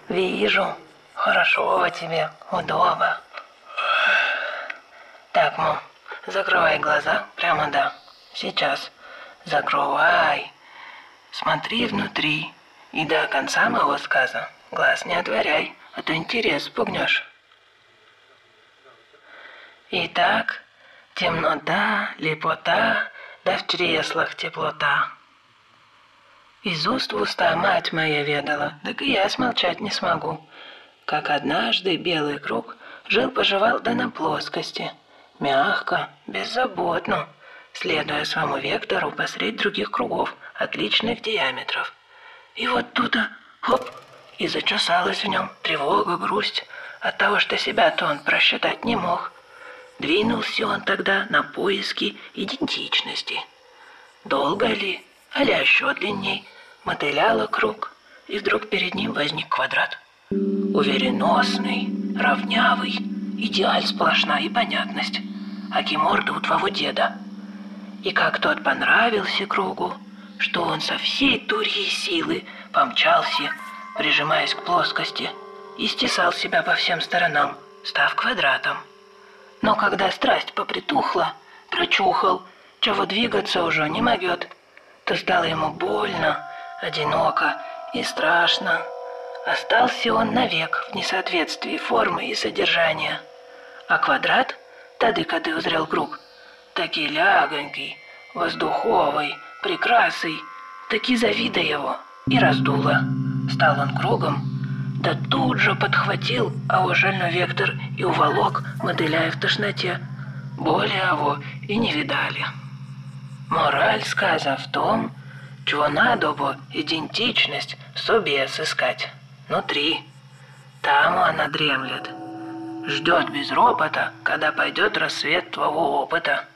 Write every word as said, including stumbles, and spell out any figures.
Вижу. Хорошо тебе, удобно. Так, мам, закрывай глаза, прямо да. Сейчас. Закрывай. Смотри внутри. И до конца моего сказа глаз не отворяй, а то интерес спугнешь. Итак, темнота, лепота, да в чреслах теплота. Из уст в уста мать моя ведала, так и я смолчать не смогу. Как однажды белый круг жил-поживал да на плоскости, мягко, беззаботно, следуя своему вектору посредь других кругов отличных диаметров. И вот тут-то, хоп, и зачесалась в нем тревога, грусть от того, что себя-то он просчитать не мог. Двинулся он тогда на поиски идентичности. Долго ли, аля еще длинней, мотыляло круг, и вдруг перед ним возник квадрат. Увереносный, равнявый, идеаль сплошная и понятность, аки морда у твоего деда. И как тот понравился кругу, что он со всей турьей силы помчался, прижимаясь к плоскости, и стесал себя по всем сторонам, став квадратом. Но когда страсть попритухла, прочухал, чего двигаться уже не могет, то стало ему больно, одиноко и страшно. Остался он навек в несоответствии формы и содержания. А квадрат, тады, когда узрел круг, таки лягонький, воздуховый, прекрасный, таки завида его и раздуло. Стал он кругом, да тут же подхватил овожельный вектор и уволок, мотыляя в тошноте. Более его и не видали. Мораль сказа в том, чего надо бы идентичность в себе сыскать. Внутри. Там она дремлет. Ждет без ропота, когда пойдет рассвет твоего опыта.